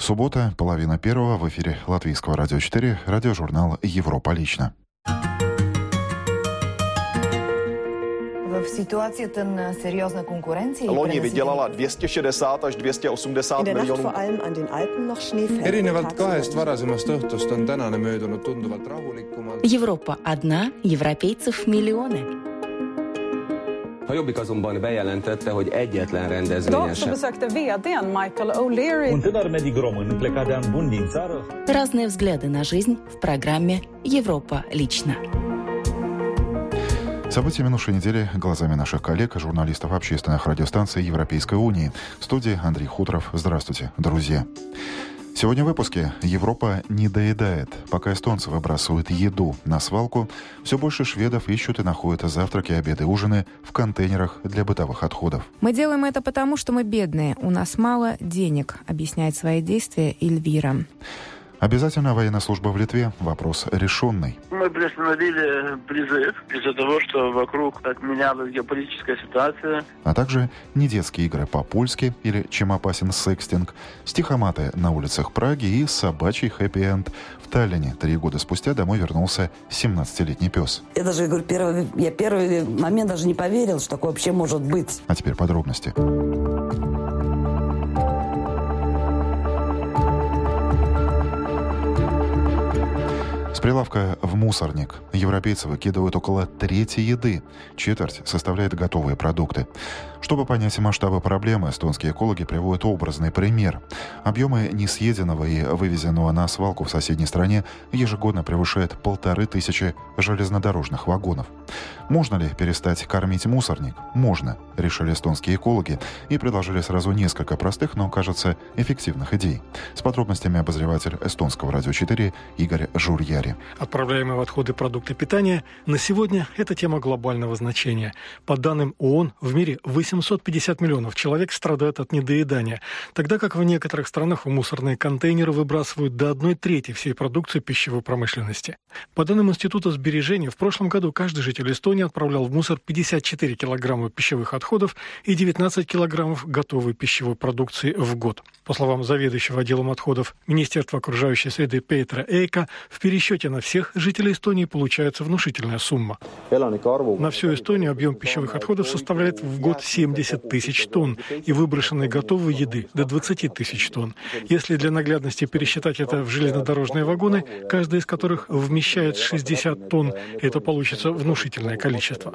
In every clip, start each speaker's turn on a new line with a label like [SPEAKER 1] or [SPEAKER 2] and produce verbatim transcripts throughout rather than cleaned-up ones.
[SPEAKER 1] Суббота, половина первого, в эфире Латвийского радио четыре, радиожурнал «Европа лично».
[SPEAKER 2] Loni vydělala dvě stě šedesát až dvě stě osmdesát miljonů.
[SPEAKER 3] Erinevalt kahest varasemast õhtust on tänane möödunud tunduvalt rahulikumalt.
[SPEAKER 4] Европа одна, европейцев миллионы.
[SPEAKER 5] A Jobbik azonban bejelentette, hogy egyetlen rendezvényen sem.
[SPEAKER 6] Besökte vd:n Michael O'Leary.
[SPEAKER 4] Разные взгляды на жизнь в программе «Европа лично».
[SPEAKER 1] События минувшей недели глазами наших коллег, журналистов общественных радиостанций Европейской Унии. В студии Андрей Хуторов. Здравствуйте, друзья. Сегодня в выпуске. Европа не доедает. Пока эстонцы выбрасывают еду на свалку, все больше шведов ищут и находят завтраки, обеды, ужины в контейнерах для бытовых отходов.
[SPEAKER 7] Мы делаем это потому, что мы бедные. У нас мало денег, объясняет свои действия Эльвира.
[SPEAKER 1] Обязательно военная служба в Литве. Вопрос решенный.
[SPEAKER 8] Мы приостановили призыв из-за того, что вокруг отменялась геополитическая ситуация.
[SPEAKER 1] А также недетские игры по-польски или «Чем опасен секстинг», стихоматы на улицах Праги и собачий хэппи-энд. В Таллине три года спустя домой вернулся семнадцатилетний пес.
[SPEAKER 9] Я даже говорю, первый, я первый момент даже не поверил, что такое вообще может быть.
[SPEAKER 1] А теперь подробности. С прилавка в мусорник европейцы выкидывают около трети еды. Четверть составляет готовые продукты. Чтобы понять масштабы проблемы, эстонские экологи приводят образный пример. Объемы несъеденного и вывезенного на свалку в соседней стране ежегодно превышают полторы тысячи железнодорожных вагонов. Можно ли перестать кормить мусорник? Можно, решили эстонские экологи и предложили сразу несколько простых, но, кажется, эффективных идей. С подробностями обозреватель эстонского радио четыре Игорь Журьяри.
[SPEAKER 10] Отправляемые в отходы продукты питания на сегодня – это тема глобального значения. По данным ООН, в мире восемьсот пятьдесят миллионов человек страдают от недоедания, тогда как в некоторых странах в мусорные контейнеры выбрасывают до одной трети всей продукции пищевой промышленности. По данным Института сбережения, в прошлом году каждый житель Эстонии отправлял в мусор пятьдесят четыре килограмма пищевых отходов и девятнадцать килограммов готовой пищевой продукции в год. По словам заведующего отделом отходов Министерства окружающей среды Петра Эйка, в пересчете на всех жителей Эстонии получается внушительная сумма. На всю Эстонию объем пищевых отходов составляет в год семьдесят тысяч тонн и выброшенной готовой еды до двадцать тысяч тонн. Если для наглядности пересчитать это в железнодорожные вагоны, каждый из которых вмещает шестьдесят тонн, это получится внушительное количество.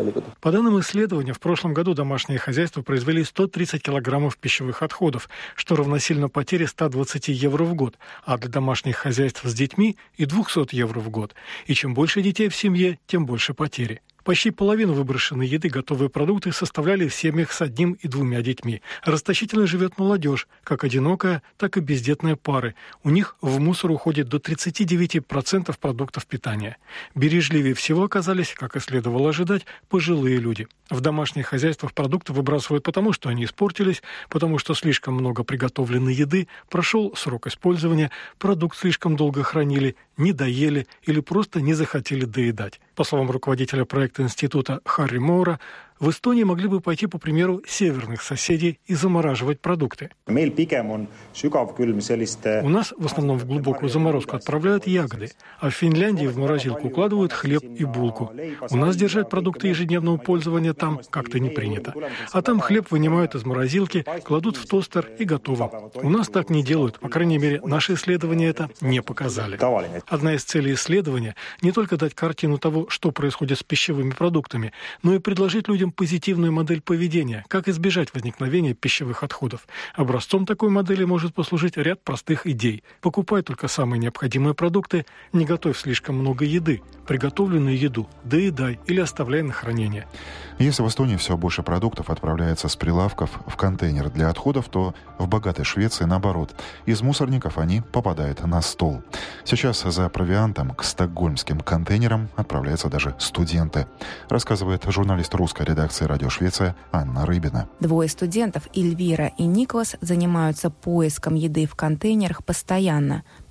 [SPEAKER 10] По данным исследования, в прошлом году домашние хозяйства произвели сто тридцать килограммов пищевых отходов, что равносильно потере ста двадцати евро в год, а для домашних хозяйств с детьми и двухсот евро в год. И чем больше детей в семье, тем больше потери. Почти половину выброшенной еды готовые продукты составляли в семьях с одним и двумя детьми. Расточительно живет молодежь, как одинокая, так и бездетные пары. У них в мусор уходит до тридцати девяти процентов продуктов питания. Бережливее всего оказались, как и следовало ожидать, пожилые люди. В домашних хозяйствах продукты выбрасывают потому, что они испортились, потому что слишком много приготовленной еды, прошел срок использования, продукт слишком долго хранили, не доели или просто не захотели доедать. По словам руководителя проекта института Харри Моура, в Эстонии могли бы пойти по примеру северных соседей и замораживать продукты. У нас в основном в глубокую заморозку отправляют ягоды, а в Финляндии в морозилку укладывают хлеб и булку. У нас держать продукты ежедневного пользования там как-то не принято. А там хлеб вынимают из морозилки, кладут в тостер и готово. У нас так не делают, по крайней мере, наши исследования это не показали. Одна из целей исследования – не только дать картину того, что происходит с пищевыми продуктами, но и предложить людям позитивную модель поведения, как избежать возникновения пищевых отходов. Образцом такой модели может послужить ряд простых идей. Покупай только самые необходимые продукты, не готовь слишком много еды, приготовленную еду доедай или оставляй на хранение.
[SPEAKER 1] Если в Эстонии все больше продуктов отправляется с прилавков в контейнер для отходов, то в богатой Швеции наоборот. Из мусорников они попадают на стол. Сейчас за провиантом к стокгольмским контейнерам отправляются даже студенты, рассказывает журналист русской редакции «Радио Швеция» Анна Рыбина.
[SPEAKER 7] Двое студентов, Эльвира и Никлас, занимаются поиском еды в контейнерах постоянно.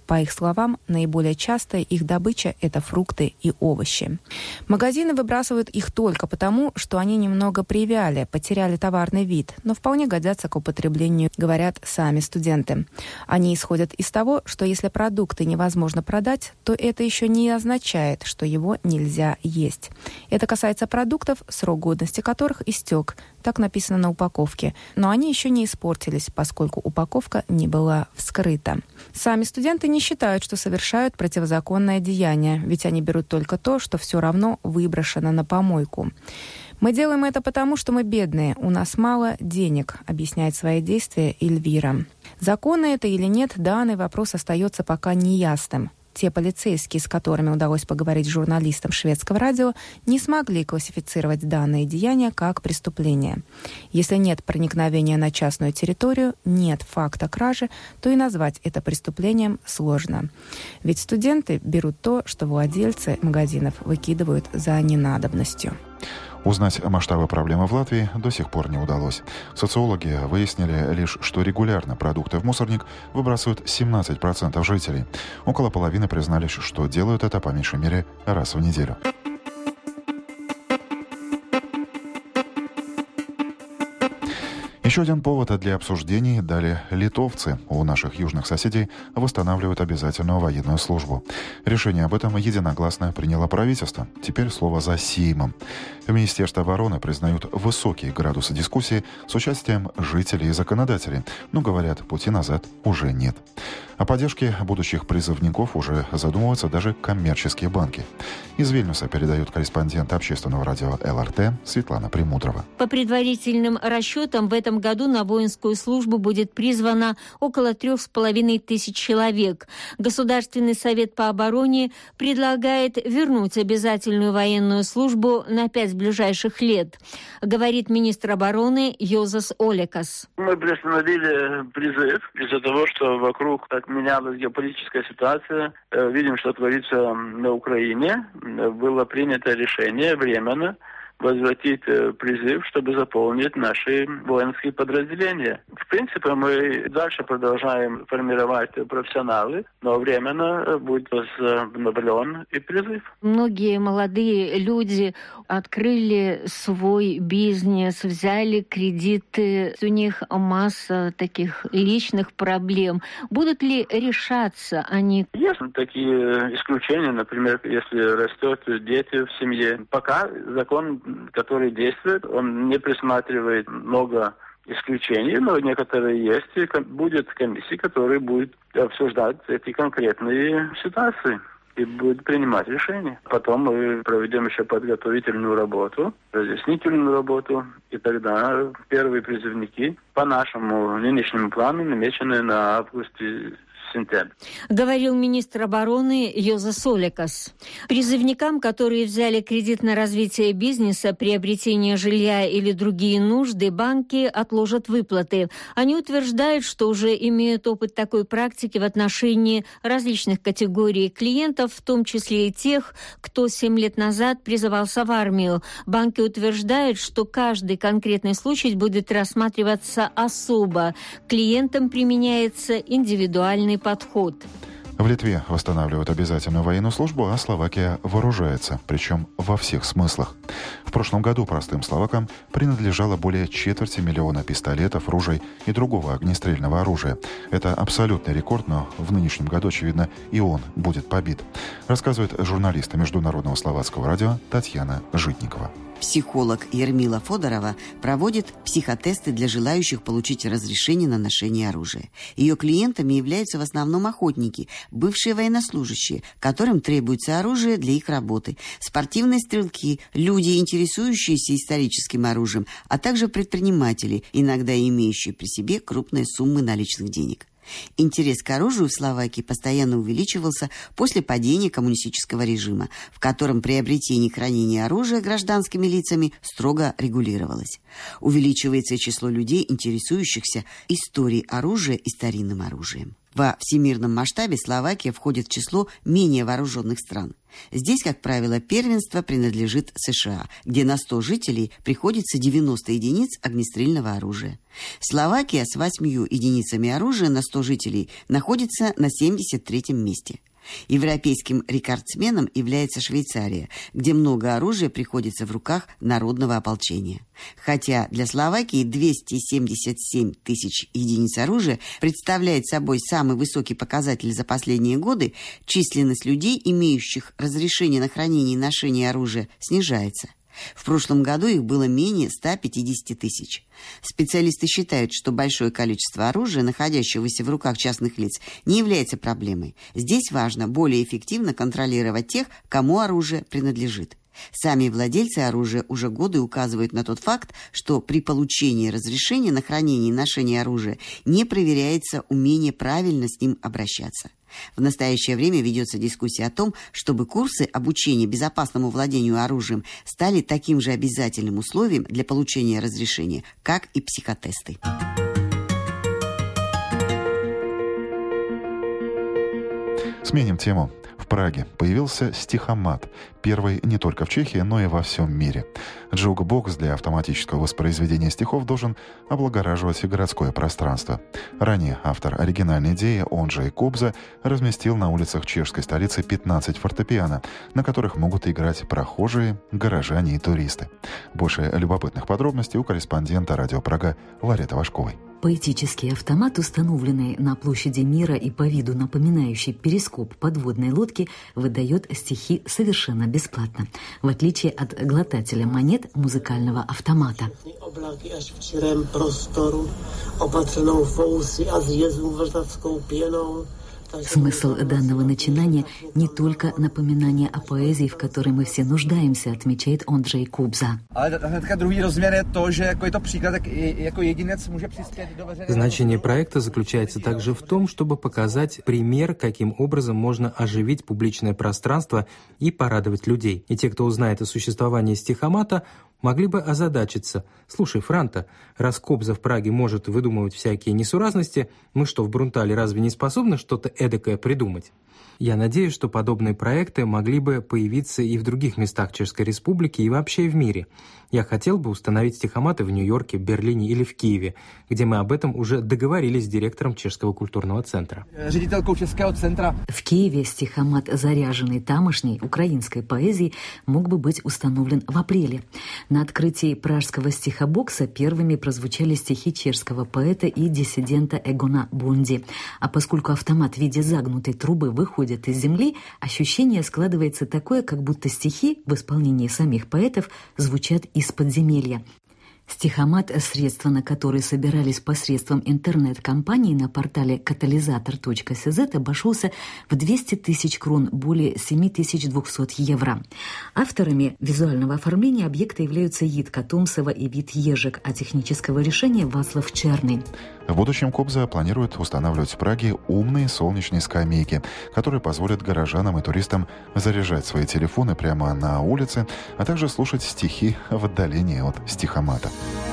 [SPEAKER 7] По их словам, наиболее частая их добыча – это фрукты и овощи. Магазины выбрасывают их только потому, что они немного привяли, потеряли товарный вид, но вполне годятся к употреблению, говорят сами студенты. Они исходят из того, что если продукты невозможно продать, то это еще не означает, что его нельзя есть. Это касается продуктов, срок годности которых истек, так написано на упаковке, но они еще не испортились, поскольку упаковка не была вскрыта. Сами студенты не считают, что совершают противозаконное деяние, ведь они берут только то, что все равно выброшено на помойку. «Мы делаем это потому, что мы бедные, у нас мало денег», объясняет свои действия Эльвира. Законно это или нет, данный вопрос остается пока неясным. Те полицейские, с которыми удалось поговорить журналистам шведского радио, не смогли классифицировать данные деяния как преступление. Если нет проникновения на частную территорию, нет факта кражи, то и назвать это преступлением сложно. Ведь студенты берут то, что владельцы магазинов выкидывают за ненадобностью.
[SPEAKER 1] Узнать масштабы проблемы в Латвии до сих пор не удалось. Социологи выяснили лишь, что регулярно продукты в мусорник выбрасывают семнадцать процентов жителей. Около половины признались, что делают это по меньшей мере раз в неделю. Еще один повод для обсуждений дали литовцы. У наших южных соседей восстанавливают обязательную военную службу. Решение об этом единогласно приняло правительство. Теперь слово за Сеймом. В Министерстве обороны признают высокие градусы дискуссии с участием жителей и законодателей. Но, говорят, пути назад уже нет. О поддержке будущих призывников уже задумываются даже коммерческие банки. Из Вильнюса передает корреспондент общественного радио эл эр тэ Светлана Премудрова.
[SPEAKER 11] По предварительным расчетам, в этом году на воинскую службу будет призвано около трех с половиной тысяч человек. Государственный совет по обороне предлагает вернуть обязательную военную службу на пять ближайших лет, говорит министр обороны Йозас Олекас.
[SPEAKER 8] Мы приостановили призыв из-за того, что вокруг отменялась геополитическая ситуация. Видим, что творится на Украине. Было принято решение временно возвратить призыв, чтобы заполнить наши воинские подразделения. В принципе, мы дальше продолжаем формировать профессионалы, но временно будет возобновлен и призыв.
[SPEAKER 11] Многие молодые люди открыли свой бизнес, взяли кредиты, у них масса таких личных проблем. Будут ли решаться они?
[SPEAKER 8] Есть такие исключения, например, если растет дети в семье. Пока закон, который действует, он не присматривает много исключений, но некоторые есть. И будет комиссия, которая будет обсуждать эти конкретные ситуации и будет принимать решения. Потом мы проведем еще подготовительную работу, разъяснительную работу, и тогда первые призывники по нашему нынешнему плану намечены на августе.
[SPEAKER 11] Говорил министр обороны Йозас Олекас. Призывникам, которые взяли кредит на развитие бизнеса, приобретение жилья или другие нужды, банки отложат выплаты. Они утверждают, что уже имеют опыт такой практики в отношении различных категорий клиентов, в том числе и тех, кто семь лет назад призывался в армию. Банки утверждают, что каждый конкретный случай будет рассматриваться особо. Клиентам применяется индивидуальный подход.
[SPEAKER 1] В Литве восстанавливают обязательную военную службу, а Словакия вооружается, причем во всех смыслах. В прошлом году простым словакам принадлежало более четверти миллиона пистолетов, ружей и другого огнестрельного оружия. Это абсолютный рекорд, но в нынешнем году, очевидно, и он будет побит, рассказывает журналист Международного словацкого радио Татьяна Житникова.
[SPEAKER 12] Психолог Ермила Фодорова проводит психотесты для желающих получить разрешение на ношение оружия. Ее клиентами являются в основном охотники, бывшие военнослужащие, которым требуется оружие для их работы, спортивные стрелки, люди, интересующиеся историческим оружием, а также предприниматели, иногда имеющие при себе крупные суммы наличных денег. Интерес к оружию в Словакии постоянно увеличивался после падения коммунистического режима, в котором приобретение и хранение оружия гражданскими лицами строго регулировалось. Увеличивается число людей, интересующихся историей оружия и старинным оружием. Во всемирном масштабе Словакия входит в число менее вооруженных стран. Здесь, как правило, первенство принадлежит США, где на сто жителей приходится девяносто единиц огнестрельного оружия. Словакия с восьмью единицами оружия на сто жителей находится на семьдесят третьем месте. Европейским рекордсменом является Швейцария, где много оружия приходится в руках народного ополчения. Хотя для Словакии двести семьдесят семь тысяч единиц оружия представляет собой самый высокий показатель за последние годы, численность людей, имеющих разрешение на хранение и ношение оружия, снижается. В прошлом году их было менее ста пятидесяти тысяч. Специалисты считают, что большое количество оружия, находящегося в руках частных лиц, не является проблемой. Здесь важно более эффективно контролировать тех, кому оружие принадлежит. Сами владельцы оружия уже годы указывают на тот факт, что при получении разрешения на хранение и ношение оружия не проверяется умение правильно с ним обращаться. В настоящее время ведется дискуссия о том, чтобы курсы обучения безопасному владению оружием стали таким же обязательным условием для получения разрешения, как и психотесты.
[SPEAKER 1] Сменим тему. В Праге появился стихомат. Первый не только в Чехии, но и во всем мире. Джукбокс для автоматического воспроизведения стихов должен облагораживать и городское пространство. Ранее автор оригинальной идеи Онджей Кобза разместил на улицах чешской столицы пятнадцать фортепиано, на которых могут играть прохожие, горожане и туристы. Больше любопытных подробностей у корреспондента «Радио Прага» Лариты Вашковой.
[SPEAKER 13] Поэтический автомат, установленный на площади Мира и по виду напоминающий перископ подводной лодки, выдает стихи совершенно бесплатно, в отличие от глотателя монет музыкального автомата. Смысл данного начинания не только напоминание о поэзии, в которой мы все нуждаемся, отмечает Онджей Кобза.
[SPEAKER 14] Значение проекта заключается также в том, чтобы показать пример, каким образом можно оживить публичное пространство и порадовать людей. И те, кто узнает о существовании стихомата, могли бы озадачиться. Слушай, Франта, раз Кобза в Праге может выдумывать всякие несуразности, мы что, в Брунтале разве не способны что-то эдакое придумать? Я надеюсь, что подобные проекты могли бы появиться и в других местах Чешской Республики, и вообще в мире. Я хотел бы установить стихоматы в Нью-Йорке, Берлине или в Киеве, где мы об этом уже договорились с директором Чешского культурного центра.
[SPEAKER 13] В Киеве стихомат, заряженный тамошней украинской поэзией, мог бы быть установлен в апреле. На открытии пражского стихобокса первыми прозвучали стихи чешского поэта и диссидента Эгона Бонди. А поскольку автомат в виде загнутой трубы выходит из земли, ощущение складывается такое, как будто стихи в исполнении самих поэтов звучат из подземелья. Стихомат, средства на которые собирались посредством интернет-компании на портале катализатор точка си зет, обошелся в двести тысяч крон, более семь тысяч двести евро. Авторами визуального оформления объекта являются Йитка Томсова и Вит Ежик, а технического решения Васлав Черный.
[SPEAKER 1] В будущем Кобза планирует устанавливать в Праге умные солнечные скамейки, которые позволят горожанам и туристам заряжать свои телефоны прямо на улице, а также слушать стихи в отдалении от стихомата.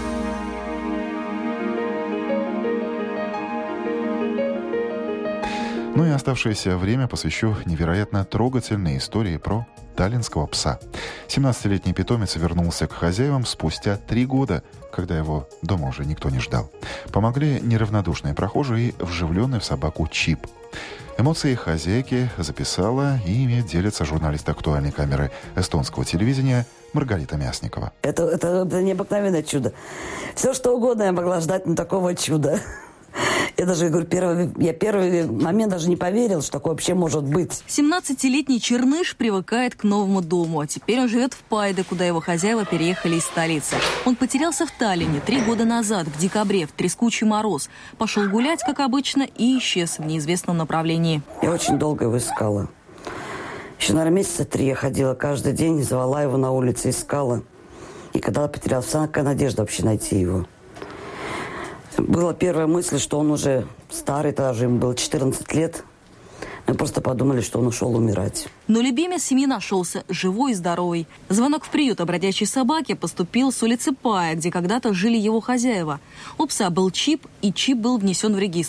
[SPEAKER 1] Ну и оставшееся время посвящу невероятно трогательной истории про таллинского пса. семнадцатилетний питомец вернулся к хозяевам спустя три года, когда его дома уже никто не ждал. Помогли неравнодушные прохожие и вживленный в собаку чип. Эмоции хозяйки записала и ими делится журналист актуальной камеры эстонского телевидения Маргарита Мясникова.
[SPEAKER 9] Это, это, это необыкновенное чудо. Все, что угодно я могла ждать, но такого чуда. Я даже говорю, первый, я первый момент даже не поверил, что такое вообще может быть.
[SPEAKER 15] семнадцатилетний черныш привыкает к новому дому, а теперь он живет в Пайде, куда его хозяева переехали из столицы. Он потерялся в Таллине три года назад, в декабре, в трескучий мороз. Пошел гулять, как обычно, и исчез в неизвестном направлении.
[SPEAKER 9] Я очень долго его искала. Еще, наверное, месяца три я ходила каждый день, звала его на улице, искала. И когда потерялся, вся какая надежда вообще найти его. Была первая мысль, что он уже старый, тоже ему было четырнадцать лет. Мы просто подумали, что он ушел умирать.
[SPEAKER 15] Но любимец семьи нашелся, живой и здоровый. Звонок в приют о бродячей собаке поступил с улицы Пая, где когда-то жили его хозяева. У пса был чип, и чип был внесен в регистр.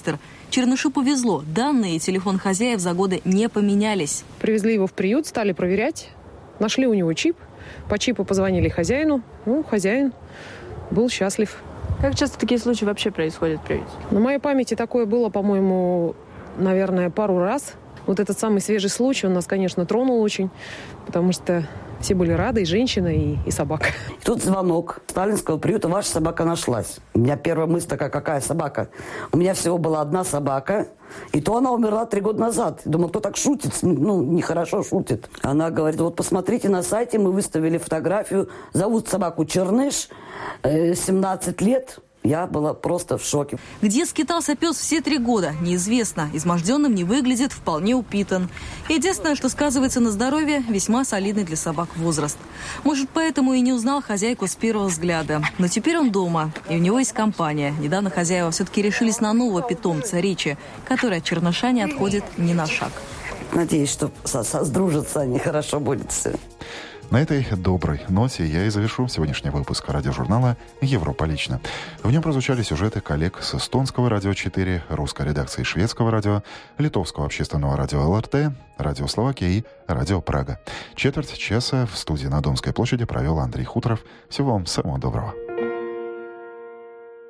[SPEAKER 15] Чернышу повезло. Данные и телефон хозяев за годы не поменялись.
[SPEAKER 16] Привезли его в приют, стали проверять. Нашли у него чип. По чипу позвонили хозяину. Ну, хозяин был счастлив.
[SPEAKER 6] Как часто такие случаи вообще происходят в приюте?
[SPEAKER 16] На моей памяти такое было, по-моему, наверное, пару раз. Вот этот самый свежий случай, он нас, конечно, тронул очень, потому что все были рады, и женщина, и, и собака.
[SPEAKER 9] Тут звонок сталинского приюта, ваша собака нашлась. У меня первая мысль такая, какая собака? У меня всего была одна собака, и то она умерла три года назад. Думаю, кто так шутит? Ну, нехорошо шутит. Она говорит, вот посмотрите на сайте, мы выставили фотографию, зовут собаку Черныш, семнадцать лет. Я была просто в шоке.
[SPEAKER 15] Где скитался пес все три года, неизвестно. Изможденным не выглядит, вполне упитан. Единственное, что сказывается на здоровье, весьма солидный для собак возраст. Может, поэтому и не узнал хозяйку с первого взгляда. Но теперь он дома, и у него есть компания. Недавно хозяева все-таки решились на нового питомца Ричи, который от черныша не отходит ни на шаг.
[SPEAKER 9] Надеюсь, что со- создружатся они, хорошо будет все.
[SPEAKER 1] На этой доброй ноте я и завершу сегодняшний выпуск радиожурнала «Европа лично». В нем прозвучали сюжеты коллег с эстонского радио четыре, русской редакции шведского радио, литовского общественного радио эл эр тэ, радио Словакия и радио Прага. Четверть часа в студии на Домской площади провел Андрей Хуторов. Всего вам самого доброго.